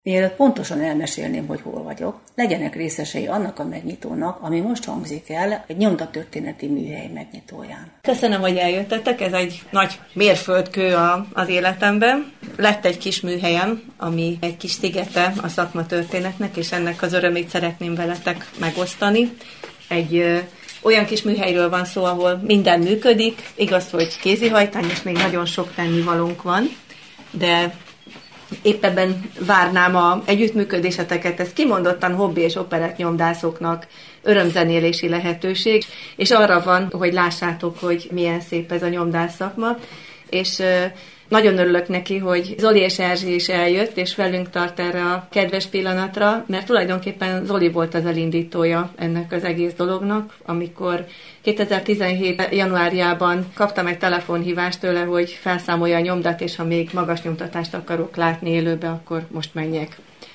Mielőtt pontosan elmesélném, hogy hol vagyok, legyenek részesei annak a megnyitónak, ami most hangzik el egy nyomdatörténeti műhely megnyitóján. Köszönöm, hogy eljöttetek, ez egy nagy mérföldkő az életemben. Lett egy kis műhelyem, ami egy kis szigete a szakmatörténetnek, és ennek az örömét szeretném veletek megosztani. Egy olyan kis műhelyről van szó, ahol minden működik, igaz, hogy kézihajtány, és még nagyon sok tennivalónk van, de épp ebben várnám a együttműködéseteket, ez kimondottan hobbi és operettnyomdászoknak örömzenélési lehetőség, és arra van, hogy lássátok, hogy milyen szép ez a nyomdász szakma, és nagyon örülök neki, hogy Zoli és Erzsi is eljött, és velünk tart erre a kedves pillanatra, mert tulajdonképpen Zoli volt az elindítója ennek az egész dolognak, amikor 2017. januárjában kaptam egy telefonhívást tőle, hogy felszámolja a nyomdat, és ha még magas nyomtatást akarok látni élőbe, akkor most menjek.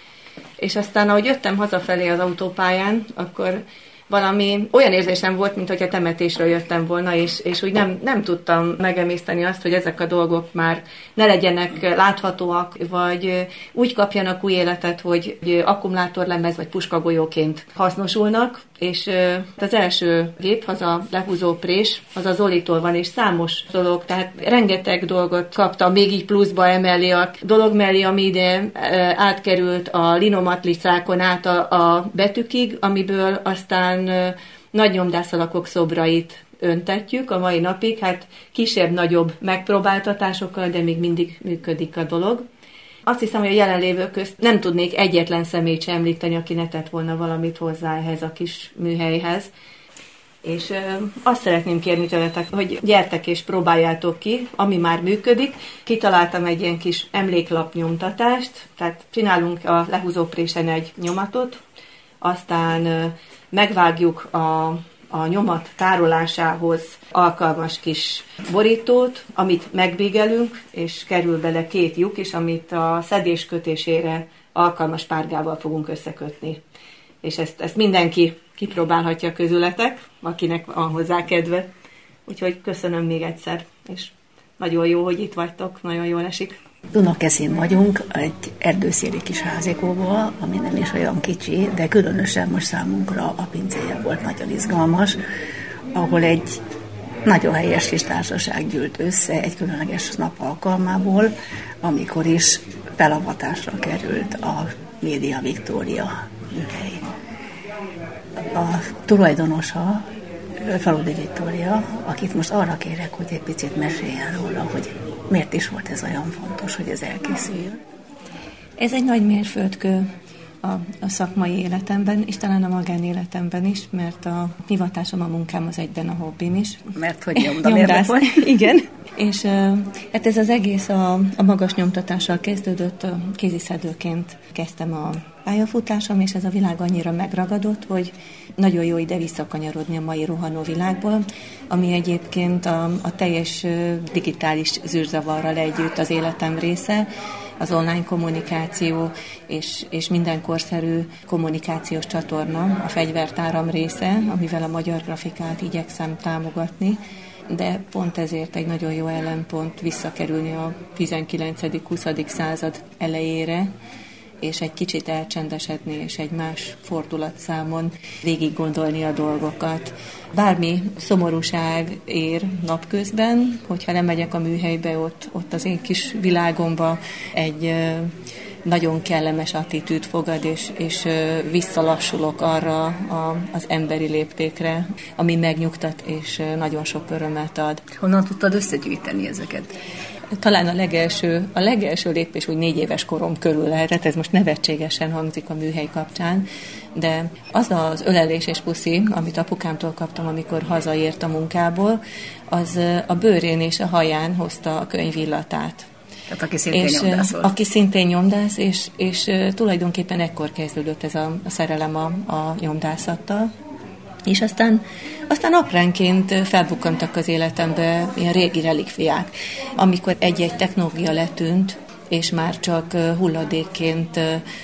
És aztán, ahogy jöttem hazafelé az autópályán, akkor valami olyan érzésem volt, mint hogyha temetésről jöttem volna, és úgy nem tudtam megemészteni azt, hogy ezek a dolgok már ne legyenek láthatóak, vagy úgy kapjanak új életet, hogy akkumulátorlemez vagy puskagolyóként hasznosulnak, és az első gép, az a lehúzó prés, az a Zolitól van, és számos dolog, tehát rengeteg dolgot kaptam, még így pluszba emellé a dolog mellé, ami ide átkerült a linomatlicákon át a betűkig, amiből aztán nagy nyomdászalakok szobrait öntetjük a mai napig, hát kisebb-nagyobb megpróbáltatásokkal, de még mindig működik a dolog. Azt hiszem, hogy a jelenlévők közt nem tudnék egyetlen személyt sem említeni, aki ne tett volna valamit hozzá ehhez a kis műhelyhez. És azt szeretném kérni tőletek, hogy gyertek és próbáljátok ki, ami már működik. Kitaláltam egy ilyen kis emléklapnyomtatást, tehát csinálunk a lehúzóprésen egy nyomatot, aztán megvágjuk a nyomat tárolásához alkalmas kis borítót, amit megbégelünk, és kerül bele 2 lyuk is, amit a szedés kötésére alkalmas párgával fogunk összekötni. És ezt mindenki kipróbálhatja közületek, akinek van hozzá kedve. Úgyhogy köszönöm még egyszer, és nagyon jó, hogy itt vagytok, nagyon jól esik. Dunakeszin vagyunk, egy erdőszéli kis házikóból, ami nem is olyan kicsi, de különösen most számunkra a pincéje volt nagyon izgalmas, ahol egy nagyon helyes kis társaság gyűlt össze egy különleges nap alkalmából, amikor is felavatásra került a Média Viktória műhely. A tulajdonosa Faludi Viktória, akit most arra kérek, hogy egy picit meséljen róla, hogy miért is volt ez olyan fontos, hogy ez elkészüljön. Ez egy nagy mérföldkő a szakmai életemben, és talán a magánéletemben is, mert a hivatásom, a munkám az egyben a hobbim is. Mert hogy nyomdamérnök vagy? Igen. És hát ez az egész a magas nyomtatással kezdődött, kéziszedőként kezdtem a pályafutásom, és ez a világ annyira megragadott, hogy nagyon jó ide visszakanyarodni a mai rohanó világból, ami egyébként a teljes digitális zűrzavarral együtt az életem része, az online kommunikáció és minden korszerű kommunikációs csatorna, a fegyvertáram része, amivel a magyar grafikát igyekszem támogatni, de pont ezért egy nagyon jó ellenpont visszakerülni a 19.-20. század elejére, és egy kicsit elcsendesedni, és egy más fordulatszámon végig gondolni a dolgokat. Bármi szomorúság ér napközben, hogyha nem megyek a műhelybe, ott az én kis világomba egy nagyon kellemes attitűd fogad, és visszalassulok arra az emberi léptékre, ami megnyugtat, és nagyon sok örömet ad. Honnan tudtad összegyűjteni ezeket? Talán a legelső lépés úgy 4 éves korom körül lehetett, ez most nevetségesen hangzik a műhely kapcsán, de az az ölelés és puszi, amit apukámtól kaptam, amikor hazaért a munkából, az a bőrén és a haján hozta a könyv illatát. Tehát aki szintén nyomdász volt. Aki szintén nyomdász, és tulajdonképpen ekkor kezdődött ez a szerelem a nyomdászattal. És aztán apránként felbukkantak az életembe ilyen régi relikviák. Amikor egy-egy technológia letűnt, és már csak hulladékként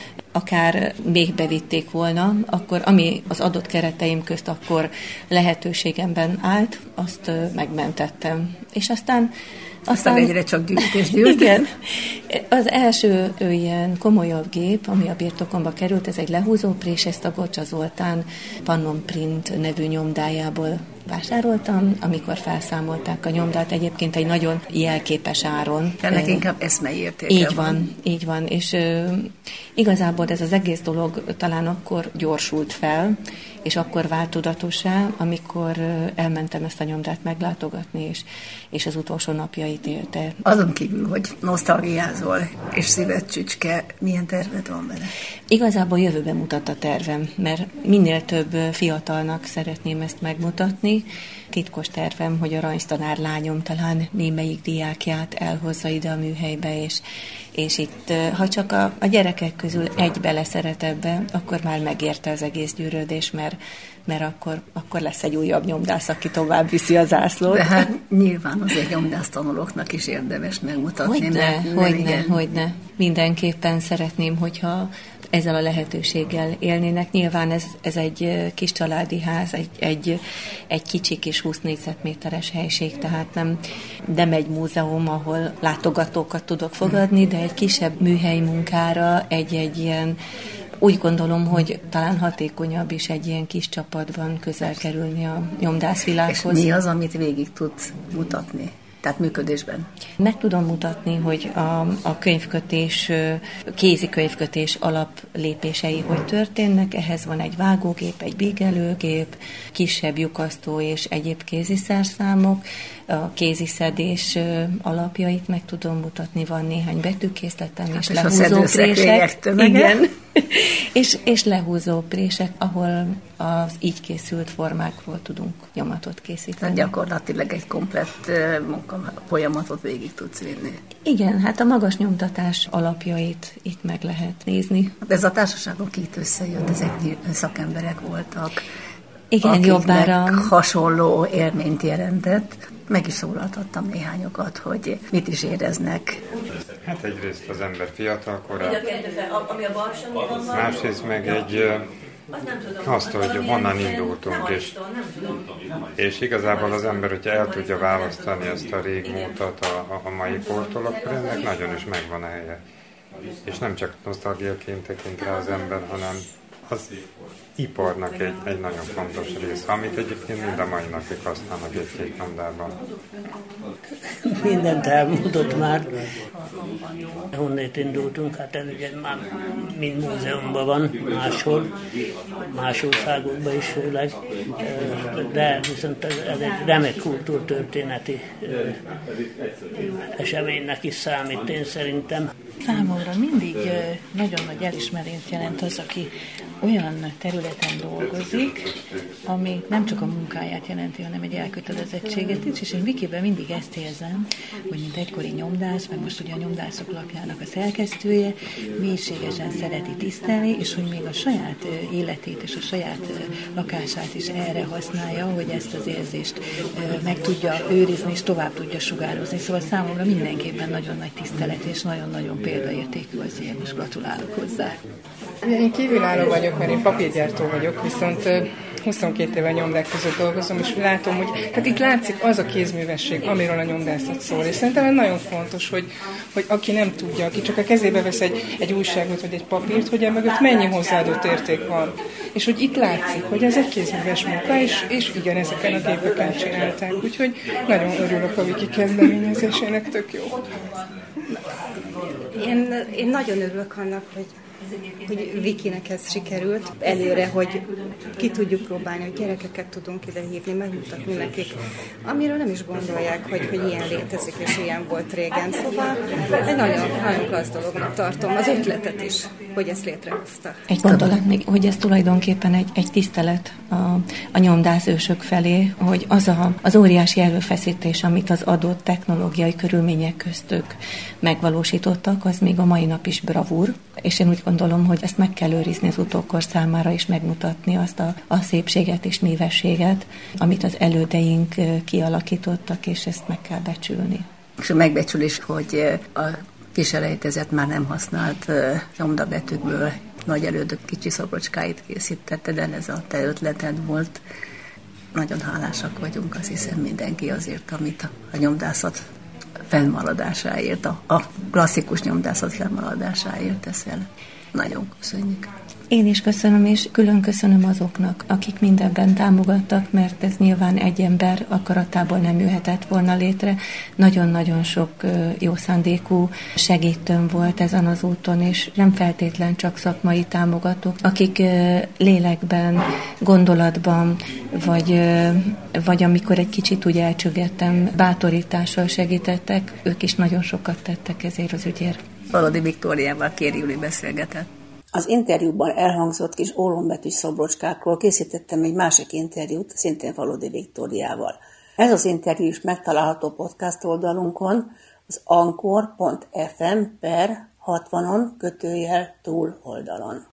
akár még bevitték volna, akkor ami az adott kereteim közt akkor lehetőségemben állt, azt megmentettem. És aztán Aztán egyre csak gyűjt. Igen. Az első ilyen komolyabb gép, ami a birtokomba került, ez egy lehúzóprés, ezt a Gocsa Zoltán Pannon Print nevű nyomdájából vásároltam, amikor felszámolták a nyomdát, egyébként egy nagyon jelképes áron. Ennek inkább eszmei értéke van. Így van, és igazából ez az egész dolog talán akkor gyorsult fel, és akkor vált tudatossá, amikor elmentem ezt a nyomdát meglátogatni, és az utolsó napjait élte. Azon kívül, hogy nosztalgiázol, és szíved csücske, milyen terved van vele? Igazából jövőben mutat a tervem, mert minél több fiatalnak szeretném ezt megmutatni. Titkos tervem, hogy a aranytanár lányom talán némelyik diákját elhozza ide a műhelybe, és itt, ha csak a gyerekek közül egy beleszeret ebbe, akkor már megérte az egész gyűrődés, mert akkor lesz egy újabb nyomdász, aki tovább viszi a zászlót. De hát nyilván azért nyomdásztanulóknak is érdemes megmutatni. Hogyne. Mindenképpen szeretném, hogyha ezzel a lehetőséggel élnének. Nyilván ez egy kis családi ház, egy kicsi kis 20 négyzetméteres helység, tehát nem egy múzeum, ahol látogatókat tudok fogadni, de egy kisebb műhely munkára, egy ilyen, úgy gondolom, hogy talán hatékonyabb is egy ilyen kis csapatban közel kerülni a nyomdászvilághoz. És mi az, amit végig tudsz mutatni? Tehát működésben? Meg tudom mutatni, hogy a könyvkötés, kézi könyvkötés alaplépései hogy történnek. Ehhez van egy vágógép, egy bígelőgép, kisebb lyukasztó és egyéb kéziszerszámok. A kéziszedés alapjait meg tudom mutatni, van néhány betűkészletem, és lehúzóprések. Igen. és lehúzóprések, ahol az így készült formákról tudunk nyomatot készíteni. Tehát gyakorlatilag egy komplett folyamatot végig tudsz vinni. Igen, hát a magas nyomtatás alapjait itt meg lehet nézni. Ez a társaságok itt összejött, ezek szakemberek voltak. Igen, jobbára. Hasonló élményt jelentett. Meg is szólaltattam néhányokat, hogy mit is éreznek. Hát egyrészt az ember fiatalkorát, másrészt meg azt, hogy honnan indultunk, és igazából az ember, hogyha el tudja választani ezt a régmúltat a mai kortól, akkor ennek nagyon is megvan a helye. És nem csak nosztalgiaként tekint rá az ember, hanem az iparnak egy nagyon fontos része, amit egyébként mind a mai napig használnak egy-két nyomdában. Mindent elmondott már. Honnét indultunk, hát ez ugye már mind múzeumban van, máshol, más országokban is főleg, de viszont ez egy remek kultúrtörténeti eseménynek is számít, én szerintem. Számomra mindig nagyon nagy elismerést jelent az, aki olyan területen dolgozik, ami nem csak a munkáját jelenti, hanem egy elkötelezettséget is, és én Vikiben mindig ezt érzem, hogy mint egykori nyomdász, meg most ugye a nyomdászok lapjának a szerkesztője, mélységesen szereti tisztelni, és hogy még a saját életét és a saját lakását is erre használja, hogy ezt az érzést meg tudja őrizni, és tovább tudja sugározni. Szóval számomra mindenképpen nagyon nagy tisztelet, és nagyon-nagyon példaértékű az ilyen, és gratulálok hozzá. Én kívülálló vagyok, mert én papírgyártó vagyok, viszont 22 éve nyomdák között dolgozom, és látom, hogy hát itt látszik az a kézművesség, amiről a nyomdászat szól. És szerintem nagyon fontos, hogy aki nem tudja, aki csak a kezébe vesz egy újságot vagy egy papírt, hogy emögött mennyi hozzáadott érték van. És hogy itt látszik, hogy ez egy kézműves munka, és igen, ezeken a gépeken csinálták. Úgyhogy nagyon örülök a Viki kezdeményezésének, tök jó. Én nagyon örülök annak, hogy Vikinek ez sikerült előre, hogy ki tudjuk próbálni, hogy gyerekeket tudunk ide hívni, megmutatni nekik, amiről nem is gondolják, hogy ilyen létezik, és ilyen volt régen. Szóval egy nagyon, nagyon klassz dolognak tartom az ötletet is, hogy ezt létrehozta. Egy gondolat még, hogy ez tulajdonképpen egy tisztelet a nyomdász ősök felé, hogy az óriási erőfeszítés, amit az adott technológiai körülmények köztük megvalósítottak, az még a mai nap is bravúr, és én úgy gondolom, hogy ezt meg kell őrizni az utókor számára, és megmutatni azt a szépséget és művességet, amit az elődeink kialakítottak, és ezt meg kell becsülni. És a megbecsülés, hogy a kiselejtezett, már nem használt nyomdabetűkből nagy elődök kicsi szobrocskáit készítetted el, ez a te ötleted volt. Nagyon hálásak vagyunk, azt hiszem mindenki azért, amit a nyomdászat fennmaradásáért, a klasszikus nyomdászat fennmaradásáért teszel. Nagyon köszönjük. Én is köszönöm, és külön köszönöm azoknak, akik mindenben támogattak, mert ez nyilván egy ember akaratából nem jöhetett volna létre. Nagyon-nagyon sok jó szándékú segítőm volt ezen az úton, és nem feltétlen csak szakmai támogatók, akik lélekben, gondolatban, vagy amikor egy kicsit úgy elcsüggettem, bátorítással segítettek, ők is nagyon sokat tettek ezért az ügyért. Valódi Viktóriával Kéri Júli beszélgetett. Az interjúban elhangzott kis ólombetűs szobrocskákról készítettem egy másik interjút, szintén Valódi Viktóriával. Ez az interjú is megtalálható podcast oldalunkon, az ankor.fm/60-on / túl oldalon.